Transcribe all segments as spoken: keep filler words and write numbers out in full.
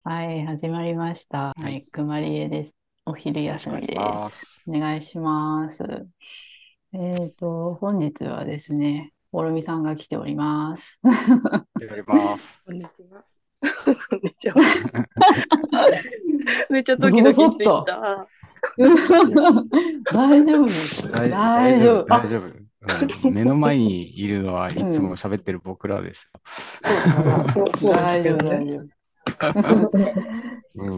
はい、始まりました。 はい。 はい、くまりえです。お昼休みよろしくお願いしです。 ます。 お願いします。えっと、本日はですね、おろみさんが来ております。 やります。 こんにちは。こんにちは。めっちゃドキボソボドキしてきソっと。 た。 いや、 大丈夫です。 大、大丈夫、 大丈夫。あ、 大丈夫。うん、目の前にいるのはいつもうん。 喋ってる僕らです。 そうだね。 そう、そうです大丈夫、 よね。 大丈夫。 うん。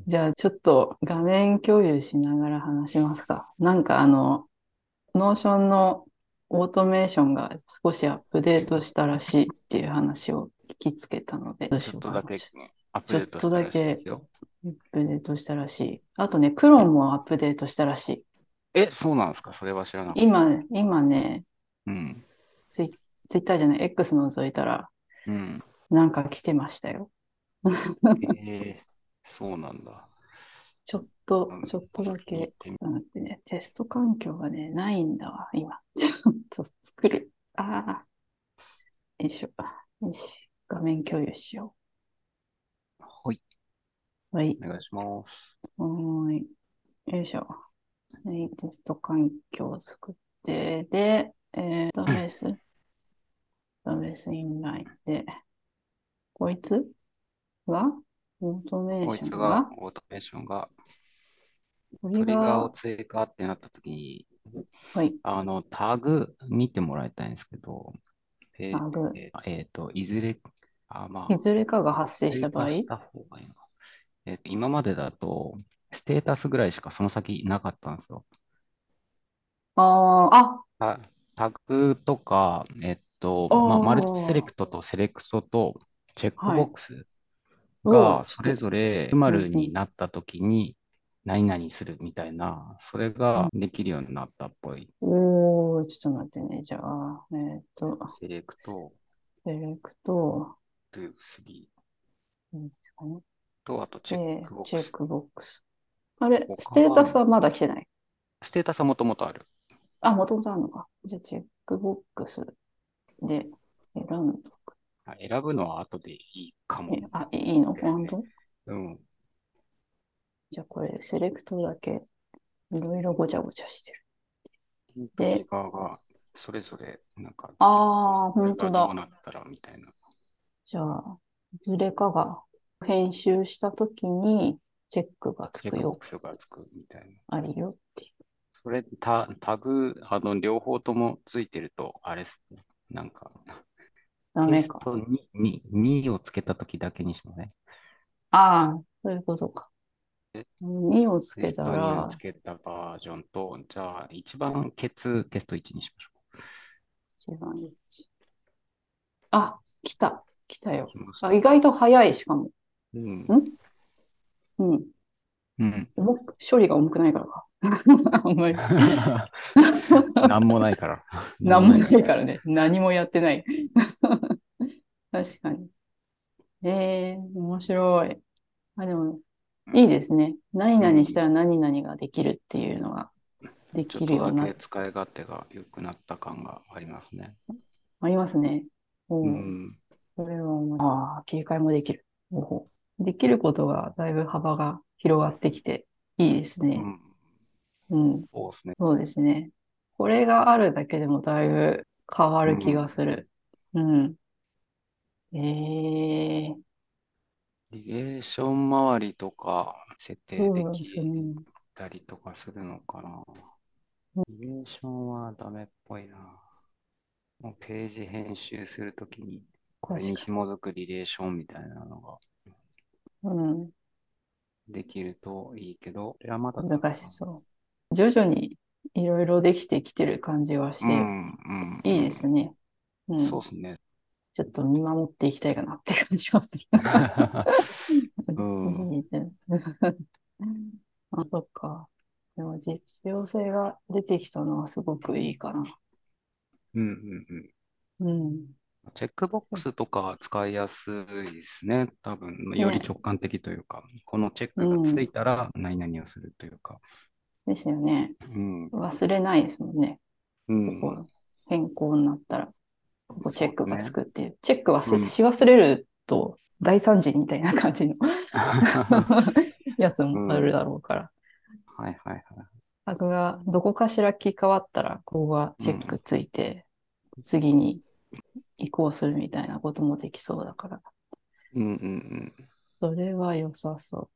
じゃあ、ちょっと画面共有しながら話しますか。なんかあの、ノーションのオートメーションが少しアップデートしたらしいっていう話を聞きつけたので、どうしちょっようかな。 とだけアップちょっとデートしたらしいでだけすよ。 アップデートしたらしい。あとね、クローンもアップデートしたらしえ、そうなんですか？それは知らない。 かった。 今、今ね、 うん。 ツイ、ツイッターじゃない、X 覗いたら、 うん。 なんか来てましたよ。 えー、そうなんだ。 ちょっと、 うん。 ちょっとだ覗きに行け、 ってみ、 待ってね、テスト環境がね、ないんだわ、今。ちょっと作る。ああ、よいしょ。よし、画面共有しよはい。 う。はい。 お願いします。 はーい。よいしょ。はい、テスト環境を作って、で、えー、ダベース、ダベースインラインで、こいつが、オートメーこいつが、 ションが、 オートメーションが、 これトリガーをが、 追加ってなったときに、 はい、 あの、タグ見てもらいたいんですけど、えタグ、 ーえーと、いずれ、あ、まあ、 いずれかが発生した場合、 追加した方がいいな。えーと、今までだと、ステータスぐらいしかその先なかったんですよ。 あー、あ、 タタグとか、えっと、 あまあ、マルチセレー、 クトとセレクトとチェックはい。 ボックスおー、 がそれちょっと、 ぞれうん、 〇にうん。 なったときに何々するみたいな、それができるようになったっぽい。 おー、ちょっと待ってね。じゃあ、えっと、 セレクト、 セレクト、 に、さんいいですかね。 と、あとチェッで、 クボックス。 チェックボックス。あれ、ス他は、 テータスはまだ来てない？ ステータスはもともとある。 あ、もともとあるのか。じゃあ、チェックボックスで選んどく。 あ、選ぶのは後でいいかもえ、あ、いいのですね。 本当？ うん。 じゃあ、これ、セレクトだけ、いろいろごちゃごちゃしてる。で、 トリガーがそれぞれなんかできるっぽい。 ああ、 これがどう本当だ。 なったらみたいな。 じゃあ、いずれかが編集したときに、チェックがつチェッくよ。 クボックスがつくみたいな。 あるよっていう。 それ、タ、タグ、あの、両方ともついてると、あれっすね。なんか、テスダメか。 トに、に、にをつけたときだけにしますね。 ああ、そういうことか。 でにをつけテストにをつたら、 けたバージョンと、じゃあ、一番ケツテストいちにしましょ一番いち。あ、来た。来たう。 よ。あ、 来ました。 意外と早い、しかも。んうん。 うん。 うん。 重く、処理が重くないからか。あんまり。 なんもないから。なんなんももないから。 ないからね。何もやってない。確かに。ええー、面白い。あ、でも、いいですね。何うん。 々したら何々ができるっていうのがでちょっきるようにな、 とだけ使い勝手が良くなった感がありますね。 ありますね。 うおう、 ん。 それは面白い、ああ、切り替えもできる。おほできることがだいぶ幅が広がってきていいですね。 うん。 うん。 そうですね。 そうですね。これがあるだけでもだいぶ変わる気がうん。 する。うん。ええ、 リレーション周りとか設定でそうですきね。 たりとかするのかな。リレーションはダメっぽいな。もうページ編集するときに、これに確か紐づくリレーションみたいなのがに。うん。 できるといいけど、これはまだダメか。 難しそう。徐々にいろいろできてきてる感じはしうん、 て、 うん、 いいでうん。 すね。うん。 そうですね。 ちょっと見守っていきたいかなって感じはする。 うん、うん、 いいね。あ、そっか。でも実用性が出てきたのはすごくいいかな。 うん、うん。 うん。 チェックボックスとか使いやすいですね。多分、よりね。 直感的というか、このチェッうクがついん。 たら何々をするというか。 ですよね。 うん、 忘れないですもんね。 うん、 ここ変更になったら、ここチェックがつそうですね。 くっていう。チェック忘れ、 うん、 し忘れると大惨事みたいな感じのやつもあるだろうから。 はいはいはい。 タグがどこかしら切り替わったら、ここがチェックついて、次に移行するみたいなこともできそうだから。 うんうんうん。 それは良さそう。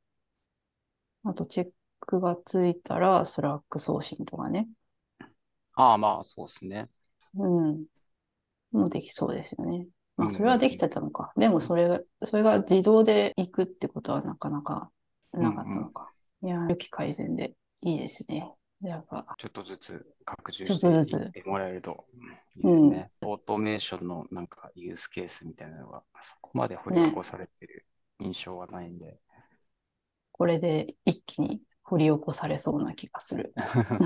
あと、チェックがついたら、スラック送信とかね。 ああ、まあ、そうですね。 うん。もうできそうですよね。まあ、それはうんできてたのか。でも、それが、それが自動で行くってことはなかなかうんうなかったのん。 か。いやー、良き改善でいいですね。やっぱ、 ちょっとずつ拡充ちょっしてとずつ。 いってもらえるといいうん。 ですね。オートメーションのなんかユースケースみたいなのがそこまで掘り起ね。 こされてる印象はないんで。 これで一気に掘り起こされそうな気がする。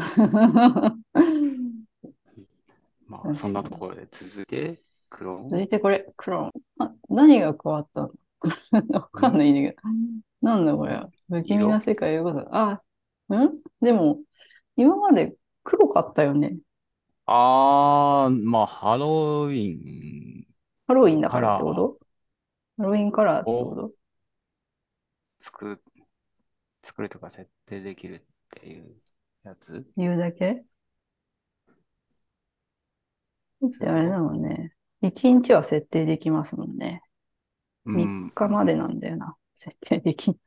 まあ、そんなと確かに。 ころで続いて、クロ続いてこれ、クローン。あ、何が加わったの？わかーンんんないんだけど。なんだこれ。不気味な色世界よこと。あ、んでも、今まで黒かったよね。 ああー、まあ、ハロウィンハロウィンだからってこカラと？ハロウィンカラーっーをてこと？ 作、作るとか設定できるっていうやつ言うだけってあれだそういうこと？ もんね。いちにちは設定できますもんね。3 うん。 日までなんだよな。設定できん。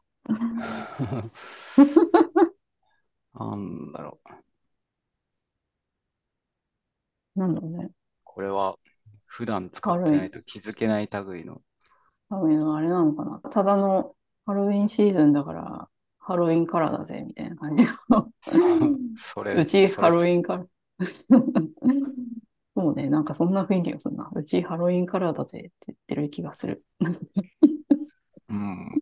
なんだろう。 なんだろうね。 これは普段使ハロウィン。 ってないと気づけない類の。 ハロウィンのあれなのかな。ただのハロウィンシーズンだから、ハロウィンカラーだぜ、みたいな感じの。 それ、 うちそれ、 ハロウィンカラー。そうね、なんかそんな雰囲気がするな。うちハロウィンカラーだぜって言ってる気がする。 うん。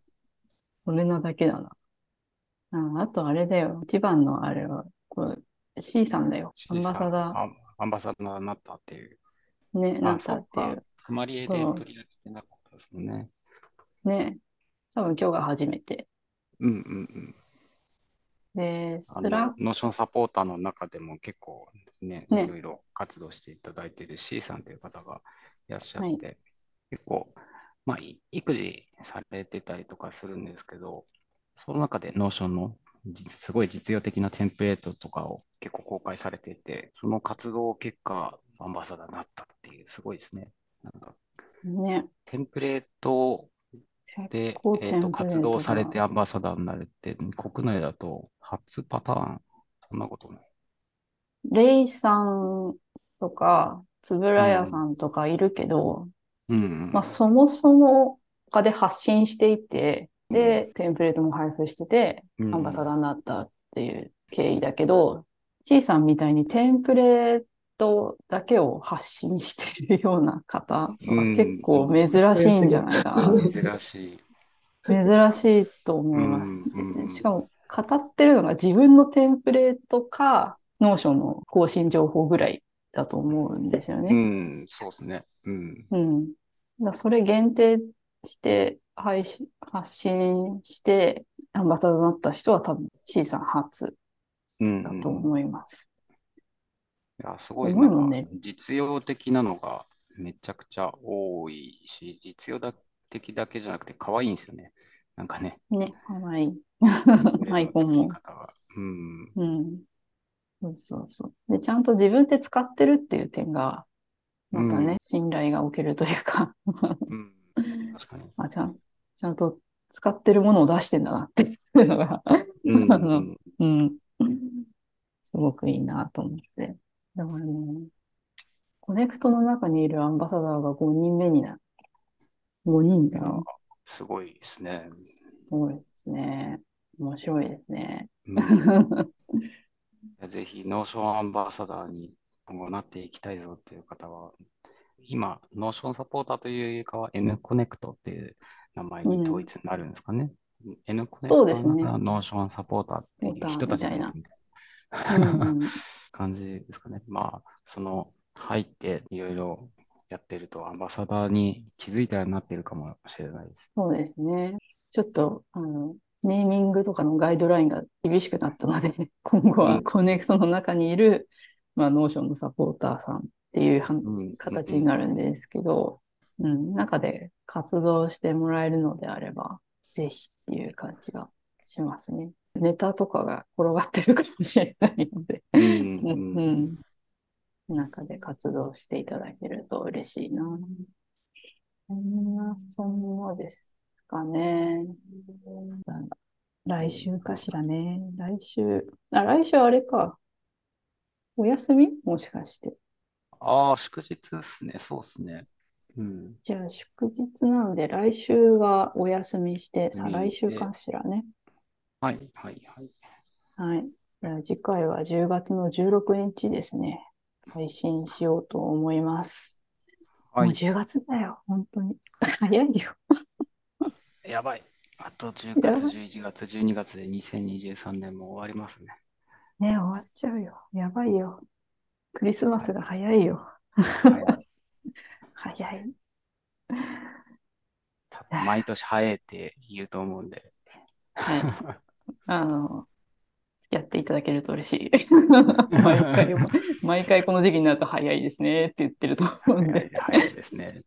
それなだけだな。あ、あとあれだよ。一番のあれは、これ C さんだよ。ア C ンバさん、 サダあ、アンバサダーになったっていう。 ーね、なあ、 ったそうか。 っていう。 クマリエでそ取り上げてなかったですもんね。 う。ね。多分今日が初めて。 うんうんうん。 で、スあの、 ラノーションサポーターの中でも結構ですね、いろね。 いろ活動していただいている C さんという方がいらっしゃっはい。 て、結構、まあ、い育児されてたりとかするんですけど、その中でノーションのじすごい実用的なテンプレートとかを結構公開されていて、その活動結果、アンバサダーになったっていう、すごいですね。なんか、 ね。 テンプレート結で、 構えっと、 テンプレ活動されートが。 てアンバサダーになるって、国内だと初パターン、そんなことない。 レイさんとか、つぶらやさうん。 んとかいるけど、 うまあ、 ん。 そもそも他で発信していて、 うん。 で、テンプレートも配布してて、 うん。 アンバサダーになったっていう経緯だけど、ちいさんみたいにテンプレートだけを発信しているような方うは結ん。 構珍しいんじゃないかな。 珍しい。 珍しいとう思います。 ん。うん。 しかも、語ってるのが自分のテンプレートか、ノーションの更新情報ぐらいだと思うんですようね。 ん。そうですね。うん。 うん。だからそれ限定して配信、発信して、アンバサダーになった人は多分 C さん初うん。うだとん。 思います。 いや、すすごいなんかごいもんね。 実用的なのがめちゃくちゃ多いし、実用的だけじゃなくて可愛いんですよね。なんかね、 ね、かわいい。 テンプレアの作りイコンも。 方が。うん。 うん。そうそうそう。で、ちゃんと自分で使ってるっていう点が、またね、 うん。 信頼がおけるというかうん。確かに。 あ、ちゃん、ちゃんと使ってるものを出してんだなっていうのがあうん。うの、 ん。 うん、すごくいいなと思って。だからね、コネクトの中にいるアンバサダーがごにんめになる。ごにんいや、 だよ。 すごいですね。 すごいですね。面白いですね。 うん。ぜひ、ノーションアンバサダーに今後なっていきたいぞっていう方は、今、ノーションサポーターというよりかは N コネクトっていう名前に統うん。 一になるんですかね。N コネそクうですね。 ターならノーションサポーターってポーターいう人たみたいな。 ちがいるみたういなんうん。 感じですかね。まあ、その入っていろいろやってると、アンバサダーに気づいたらなってるかもしれないです。 そうですね。ちょっと、あの、ネーミングとかのガイドラインが厳しくなったので、今後うん、 はコネクトの中にいる、まあ、ノーションのサポーターさんっていうはうん、うん、うん。 形になるんですけど、 うん、中で活動してもらえるのであれば、ぜひっていう感じがしますね。ネタとかが転がってるかもしれないので、 うん、 ううん。 ん、中で活動していただけると嬉しいな。そんな、そんなですかね。来週かしらね。来週、あ、来週あれか。お休みもしかして。 ああ、祝日ですね。そうですね。うん。 じゃあ祝日なんで、来週はお休みして、再来週か見て、 しらね。 はい、はい、はい。 はい。じゃあ次回はじゅうがつのじゅうろくにちですね。配信しようと思います。もうはい。 じゅうがつだよ。本当に。早いよ。 やばい。あと10月、 やばい。 じゅういちがつ、じゅうにがつでにせんにじゅうさんねんも終わりますね。 ね、終わっちゃうよ。やばいよ。クリスマはい。 スが早いよ。 早い。 早い。 多分毎年早いって言うと思うんで。 はい。あの、付き合っていただけると嬉しい。毎回、毎回この時期になると早いですねって言ってると思うんで。 早い、早いですね。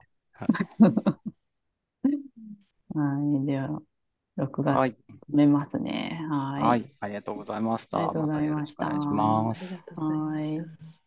はい。では、録画はい。 止めますね。はい。 はい。ありがとうございました。 ありがとうごまたよろざいました。 しくお願いしはます。 ありがとうございましい。 た。